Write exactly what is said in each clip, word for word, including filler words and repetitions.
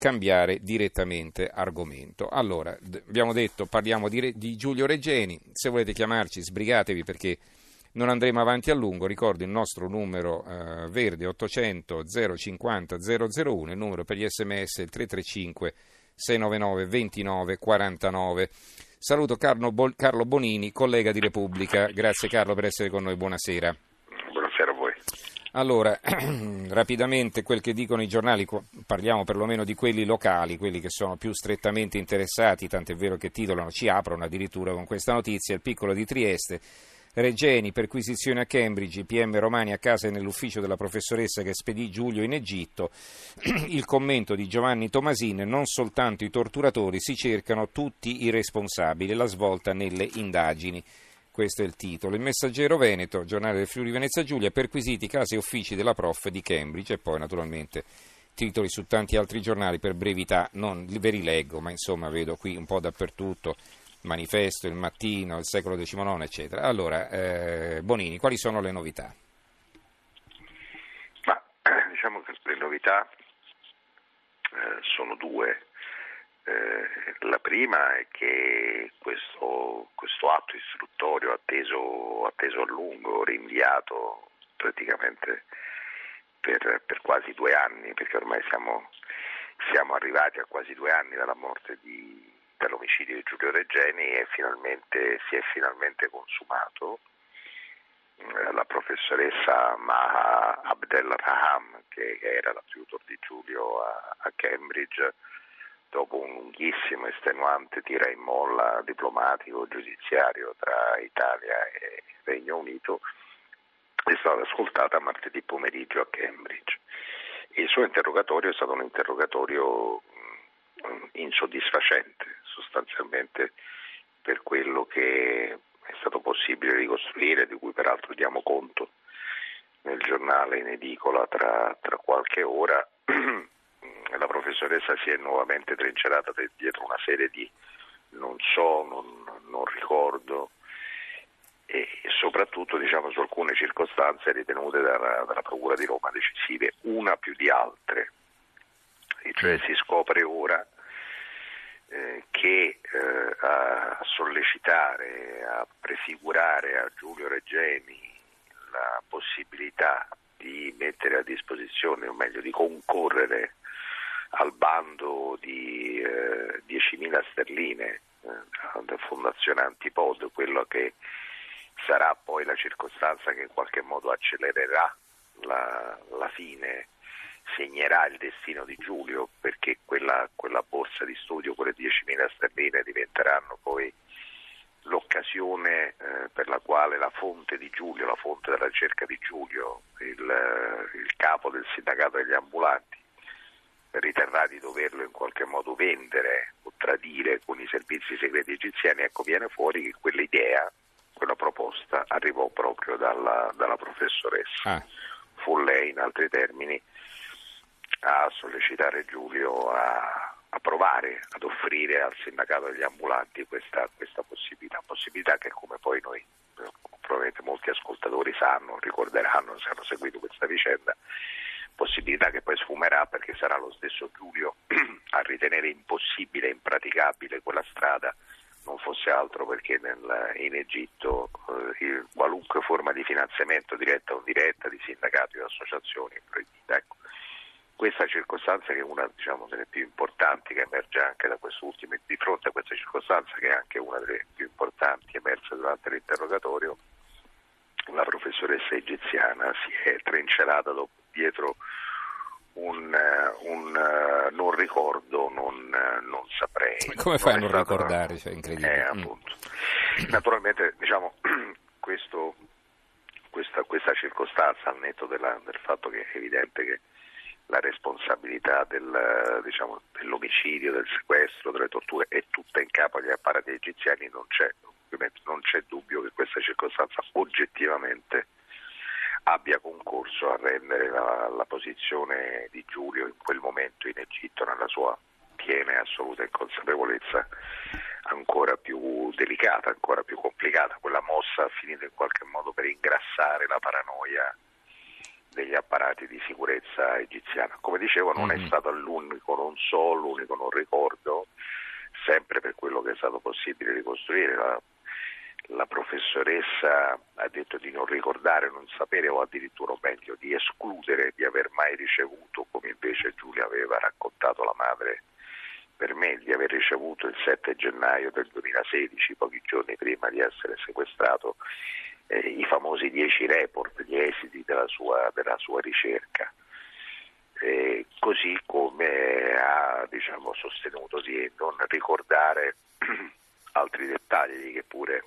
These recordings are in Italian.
cambiare direttamente argomento. Allora, d- abbiamo detto, parliamo di, Re- di Giulio Regeni. Se volete chiamarci, sbrigatevi perché non andremo avanti a lungo. Ricordo il nostro numero eh, verde ottocento zero cinquanta zero zero uno, il numero per gli sms il tre tre cinque sei nove nove due nove quattro nove. Saluto Carlo, Bo- Carlo Bonini, collega di Repubblica. Grazie Carlo per essere con noi, buonasera. Buonasera a voi. Allora, rapidamente quel che dicono i giornali, parliamo perlomeno di quelli locali, quelli che sono più strettamente interessati, tant'è vero che titolano, ci aprono addirittura con questa notizia, il piccolo di Trieste, Regeni, perquisizione a Cambridge, i P M romani a casa e nell'ufficio della professoressa che spedì Giulio in Egitto, il commento di Giovanni Tomasin, non soltanto i torturatori, si cercano tutti i responsabili, la svolta nelle indagini. Questo è il titolo. Il Messaggero Veneto, giornale del Friuli Venezia Giulia, perquisiti case e uffici della prof di Cambridge, e poi naturalmente titoli su tanti altri giornali, per brevità non ve li leggo, ma insomma vedo qui un po' dappertutto, Manifesto, Il Mattino, Il Secolo diciannove, eccetera. Allora, eh, Bonini, quali sono le novità? Ma diciamo che le novità eh, sono due. Eh, la prima è che questo, questo atto istruttorio atteso, atteso a lungo, rinviato praticamente per, per quasi due anni, perché ormai siamo, siamo arrivati a quasi due anni dalla morte di, dall'omicidio di Giulio Regeni, e finalmente, si è finalmente consumato. La professoressa Maha Abdelraham, che era la tutor di Giulio a, a Cambridge, dopo un lunghissimo, estenuante tira e molla diplomatico, giudiziario tra Italia e Regno Unito, è stata ascoltata martedì pomeriggio a Cambridge. Il suo interrogatorio è stato un interrogatorio insoddisfacente, sostanzialmente, per quello che è stato possibile ricostruire, di cui peraltro diamo conto nel giornale in edicola tra, tra qualche ora. La professoressa si è nuovamente trincerata dietro una serie di non so, non, non ricordo, e soprattutto diciamo su alcune circostanze ritenute dalla, dalla Procura di Roma decisive, una più di altre. E cioè si scopre ora eh, che eh, a sollecitare, a prefigurare a Giulio Regeni la possibilità di mettere a disposizione, o meglio di concorrere al bando di eh, diecimila sterline eh, da Fondazione Antipod, quello che sarà poi la circostanza che in qualche modo accelererà la, la fine, segnerà il destino di Giulio, perché quella, quella borsa di studio, quelle diecimila sterline diventeranno poi l'occasione eh, per la quale la fonte di Giulio, la fonte della ricerca di Giulio, il, il capo del sindacato degli ambulanti, riterrà di doverlo in qualche modo vendere o tradire con i servizi segreti egiziani. Ecco, viene fuori che quell'idea, quella proposta arrivò proprio dalla, dalla professoressa. Ah. Fu lei, in altri termini, a sollecitare Giulio a, a provare ad offrire al sindacato degli ambulanti questa, questa possibilità, possibilità che, come poi noi probabilmente molti ascoltatori sanno, ricorderanno se hanno seguito questa vicenda, possibilità che poi sfumerà, perché sarà lo stesso Giulio a ritenere impossibile, impraticabile quella strada, non fosse altro perché nel, in Egitto eh, qualunque forma di finanziamento, diretta o indiretta, di sindacati o associazioni è proibita. Ecco, questa circostanza, che è una, diciamo, delle più importanti, che emerge anche da quest'ultimo, di fronte a questa circostanza, che è anche una delle più importanti emerse durante l'interrogatorio, la professoressa egiziana si è trincerata dopo, dietro un, un uh, non ricordo, non, uh, non saprei. Come fai non a non stato, ricordare? Cioè, incredibile. Eh, appunto. Mm. Naturalmente, diciamo, questo, questa, questa circostanza, al netto della, del fatto che è evidente che la responsabilità del, diciamo, dell'omicidio, del sequestro, delle torture è tutta in capo agli apparati egiziani, non c'è, non c'è dubbio che questa circostanza oggettivamente abbia concorso a rendere la, la posizione di Giulio in quel momento in Egitto, nella sua piena e assoluta inconsapevolezza, ancora più delicata, ancora più complicata. Quella mossa ha finito in qualche modo per ingrassare la paranoia degli apparati di sicurezza egiziana. Come dicevo, non mm-hmm. è stato l'unico, non so, l'unico non ricordo, sempre per quello che è stato possibile ricostruire. La, la professoressa ha detto di non ricordare, non sapere o addirittura, o meglio, di escludere di aver mai ricevuto, come invece Giulia aveva raccontato la madre per me, di aver ricevuto il sette gennaio del duemilasedici, pochi giorni prima di essere sequestrato, eh, i famosi dieci report, gli esiti della sua, della sua ricerca. Eh, così come ha, diciamo, sostenuto di non ricordare altri dettagli che pure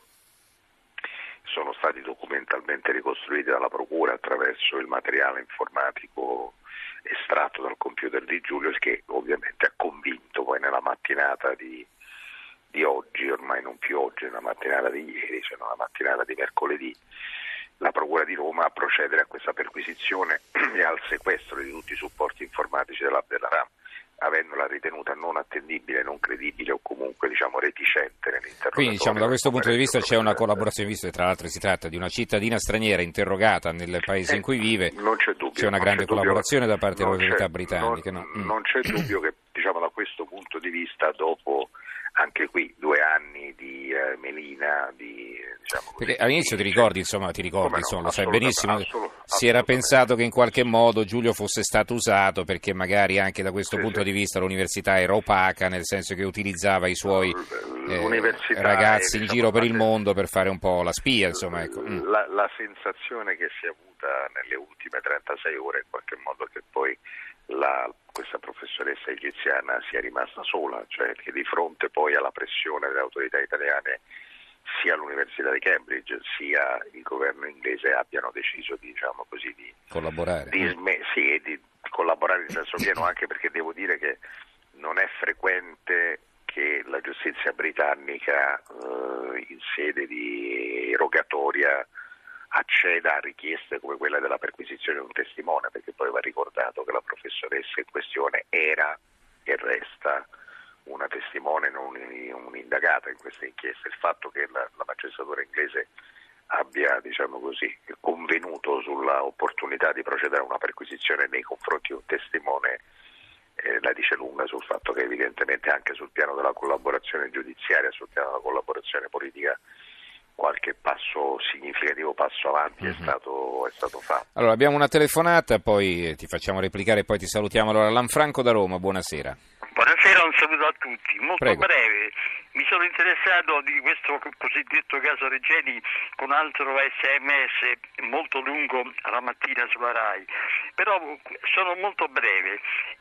sono stati documentalmente ricostruiti dalla Procura attraverso il materiale informatico estratto dal computer di Giulio, che ovviamente ha convinto poi nella mattinata di, di oggi, ormai non più oggi, nella mattinata di ieri, cioè nella mattinata di mercoledì, la Procura di Roma a procedere a questa perquisizione e al sequestro di tutti i supporti informatici della della RAM, avendola ritenuta non attendibile, non credibile o comunque, diciamo, reticente nell'interrogatorio. Quindi, diciamo, da questo punto di vista c'è una collaborazione, visto che tra l'altro si tratta di una cittadina straniera interrogata nel paese eh, in cui vive, non c'è dubbio, c'è una grande c'è dubbio, collaborazione da parte delle autorità c'è, britanniche. Non, no? mm. non c'è dubbio che, diciamo, da questo punto di vista, dopo anche qui due anni di eh, melina, di diciamo così, perché all'inizio ti ricordi, insomma, ti ricordi, no, insomma, lo sai benissimo, assolut- si era pensato che in qualche modo Giulio fosse stato usato perché magari anche da questo sì, punto sì. di vista l'università era opaca, nel senso che utilizzava i suoi eh, ragazzi è, in diciamo, giro per il se- mondo per fare un po' la spia, insomma, ecco. Mm. La, la sensazione che si è avuta nelle ultime trentasei ore in qualche modo che poi la, questa professoressa egiziana sia rimasta sola, cioè che di fronte poi alla pressione delle autorità italiane sia l'Università di Cambridge sia il governo inglese abbiano deciso di, diciamo così, di collaborare. Di, sme- sì, di collaborare in senso pieno, anche perché devo dire che non è frequente che la giustizia britannica eh, in sede di rogatoria acceda a richieste come quella della perquisizione di un testimone, perché poi va ricordato che la professoressa in questione era e resta una testimone, non un'indagata in queste inchieste. Il fatto che la, la magistratura inglese abbia, diciamo così, convenuto sulla opportunità di procedere a una perquisizione nei confronti di un testimone eh, la dice lunga sul fatto che evidentemente anche sul piano della collaborazione giudiziaria, sul piano della collaborazione politica, qualche passo significativo, passo avanti, mm-hmm. è stato, è stato fatto. Allora abbiamo una telefonata, poi ti facciamo replicare e poi ti salutiamo. Allora, Lanfranco da Roma, buonasera. Buonasera, un saluto a tutti. Molto Prego. breve, mi sono interessato di questo cosiddetto caso Regeni con altro S M S molto lungo alla mattina sulla RAI, però sono molto breve.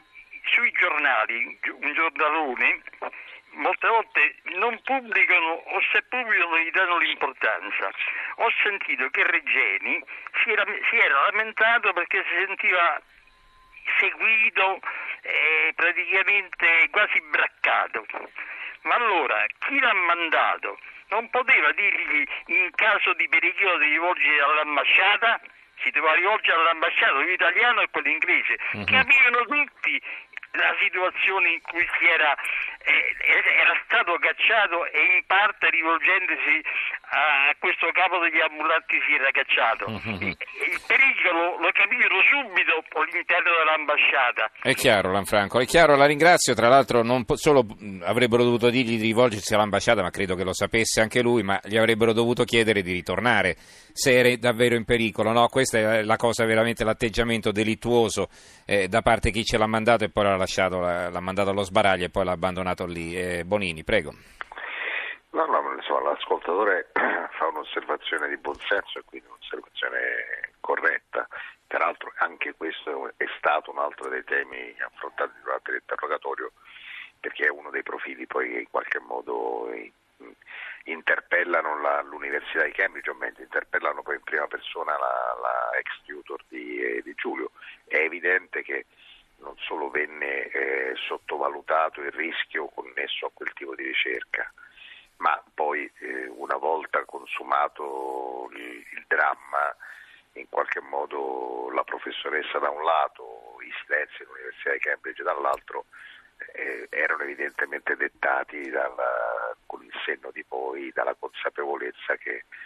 Sui giornali, un giornalone, molte volte non pubblicano o se pubblicano gli danno l'importanza. Ho sentito che Regeni si era, si era lamentato perché si sentiva seguito e praticamente quasi braccato. Ma allora chi l'ha mandato non poteva dirgli in caso di pericolo di rivolgere all'ambasciata? Si doveva rivolgere all'ambasciata, quello italiano e quello inglese. Uh-huh. Capivano tutti la situazione in cui si era, eh, era stato cacciato e in parte rivolgendosi a questo capo degli ambulanti si era cacciato. Uh-huh. Il, il pericolo lo capirono subito all'interno dell'ambasciata. È chiaro, Lanfranco, è chiaro, la ringrazio. Tra l'altro non po- solo avrebbero dovuto dirgli di rivolgersi all'ambasciata, ma credo che lo sapesse anche lui, ma gli avrebbero dovuto chiedere di ritornare se era davvero in pericolo. No, questa è la cosa, veramente l'atteggiamento delittuoso eh, da parte di chi ce l'ha mandato e poi l'ha lasciato, l'ha, l'ha mandato allo sbaraglio e poi l'ha abbandonato lì. Eh, Bonini, prego. No, no, insomma, l'ascoltatore fa un'osservazione di buonsenso e quindi un'osservazione corretta. Peraltro anche questo è stato un altro dei temi affrontati durante l'interrogatorio, perché è uno dei profili poi che in qualche modo interpellano la, l'Università di Cambridge, o meglio, interpellano poi in prima persona la, la ex tutor di, eh, di Giulio. È evidente che non solo venne eh, sottovalutato il rischio connesso a quel tipo di ricerca, ma poi eh, una volta consumato il, il dramma, in qualche modo la professoressa da un lato, i silenzi dell'Università di Cambridge dall'altro, eh, erano evidentemente dettati dalla, con il senno di poi dalla consapevolezza che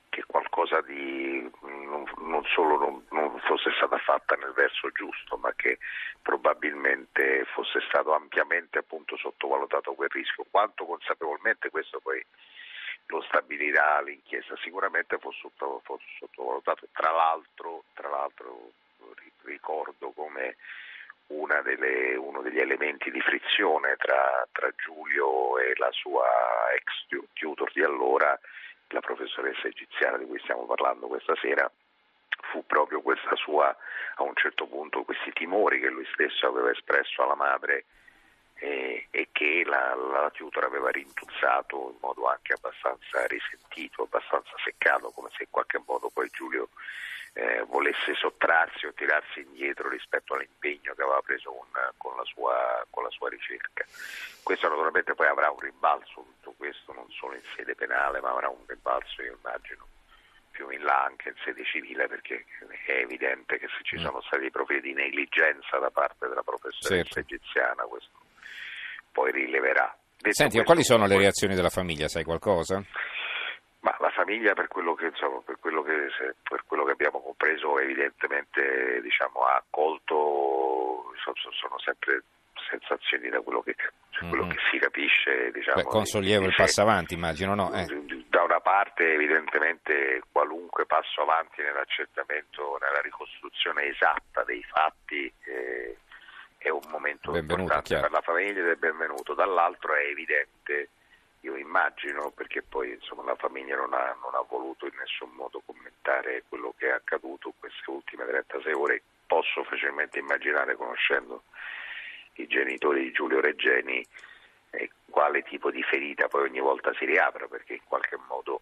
che qualcosa di non, non solo non, non fosse stata fatta nel verso giusto, ma che probabilmente fosse stato ampiamente appunto sottovalutato quel rischio. Quanto consapevolmente, questo poi lo stabilirà l'inchiesta, sicuramente fu, sotto, fu sottovalutato. Tra l'altro, tra l'altro ricordo come una delle, uno degli elementi di frizione tra, tra Giulio e la sua ex tutor di allora, la professoressa egiziana di cui stiamo parlando questa sera, fu proprio questa sua, a un certo punto, questi timori che lui stesso aveva espresso alla madre e, e che la, la tutor aveva rintuzzato in modo anche abbastanza risentito, abbastanza seccato, come se in qualche modo poi Giulio eh, volesse sottrarsi o tirarsi indietro rispetto all'impegno che aveva preso con, con, la sua, con la sua ricerca. Questo naturalmente poi avrà un rimbalzo, tutto questo non solo in sede penale, ma avrà un rimbalzo, io immagino, più in là anche in sede civile, perché è evidente che se ci sono stati profili di negligenza da parte della professoressa certo. egiziana, questo poi rileverà. Detto Senti, questo, quali sono le poi... reazioni della famiglia, sai qualcosa? Ma la famiglia, per quello che insomma, per quello che per quello che abbiamo compreso, evidentemente diciamo ha accolto, sono sempre sensazioni da quello che, cioè, quello mm-hmm. che si capisce, diciamo. Beh, con sollievo il passo avanti, immagino, no? Eh. Da una parte evidentemente qualunque passo avanti nell'accertamento, nella ricostruzione esatta dei fatti eh, è un momento benvenuto, importante chiaro. per la famiglia ed è benvenuto. Dall'altro è evidente, io immagino, perché poi insomma la famiglia non ha, non ha voluto in nessun modo commentare quello che è accaduto queste ultime trentasei ore, posso facilmente immaginare, conoscendo i genitori di Giulio Regeni, eh, quale tipo di ferita poi ogni volta si riapra, perché in qualche modo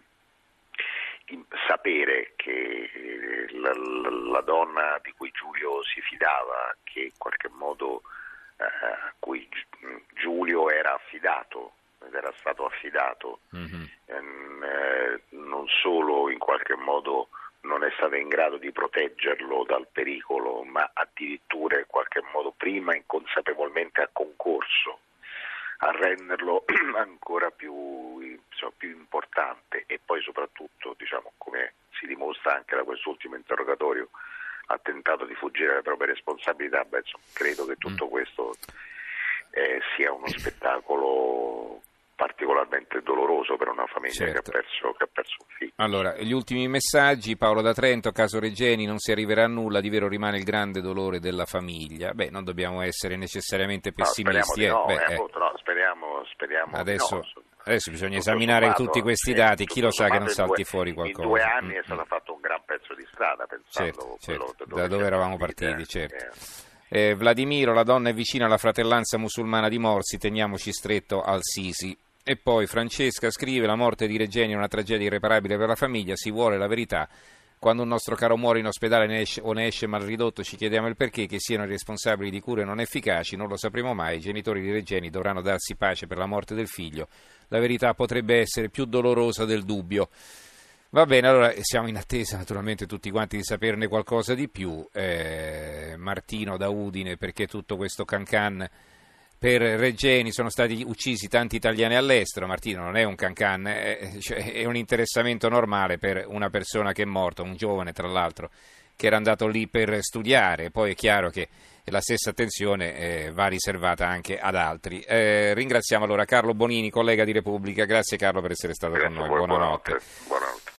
sapere che la, la, la donna di cui Giulio si fidava, che in qualche modo eh, a cui Giulio era affidato, ed era stato affidato, mm-hmm. ehm, eh, non solo in qualche modo non è stata in grado di proteggerlo dal pericolo, ma addirittura in qualche modo prima inconsapevolmente ha concorso a renderlo ancora più, insomma, più importante, e poi soprattutto, diciamo, come si dimostra anche da quest'ultimo interrogatorio, ha tentato di fuggire alle proprie responsabilità. Beh, insomma, credo che tutto questo eh, sia uno spettacolo particolarmente doloroso per una famiglia certo. che, ha perso, che ha perso un figlio. Allora, gli ultimi messaggi. Paolo da Trento: caso Regeni, non si arriverà a nulla, di vero rimane il grande dolore della famiglia. Beh, non dobbiamo essere necessariamente pessimisti. No, speriamo eh. di no, Beh, eh, eh. no speriamo, speriamo adesso, di no. Adesso bisogna tutto esaminare sommato, tutti questi sì, dati, chi lo sa che non due, salti fuori qualcosa. In due anni mm. è stato fatto un gran pezzo di strada, pensando certo, quello, certo. da dove, da dove eravamo partiti, partiti, certo. Eh. Eh, Vladimiro: la donna è vicina alla fratellanza musulmana di Morsi, teniamoci stretto al Sisi. E poi Francesca scrive: la morte di Regeni è una tragedia irreparabile per la famiglia, si vuole la verità. Quando un nostro caro muore in ospedale ne esce, o ne esce mal ridotto, ci chiediamo il perché, che siano i responsabili di cure non efficaci, non lo sapremo mai. I genitori di Regeni dovranno darsi pace per la morte del figlio. La verità potrebbe essere più dolorosa del dubbio. Va bene, allora siamo in attesa naturalmente tutti quanti di saperne qualcosa di più. Eh, Martino da Udine: perché tutto questo cancan per Regeni, sono stati uccisi tanti italiani all'estero. Martino, non è un cancan, è, cioè, è un interessamento normale per una persona che è morta, un giovane tra l'altro, che era andato lì per studiare. Poi è chiaro che la stessa attenzione eh, va riservata anche ad altri. Eh, ringraziamo allora Carlo Bonini, collega di Repubblica. Grazie Carlo per essere stato Grazie, con noi. Buonanotte. Buonanotte. Buonanotte.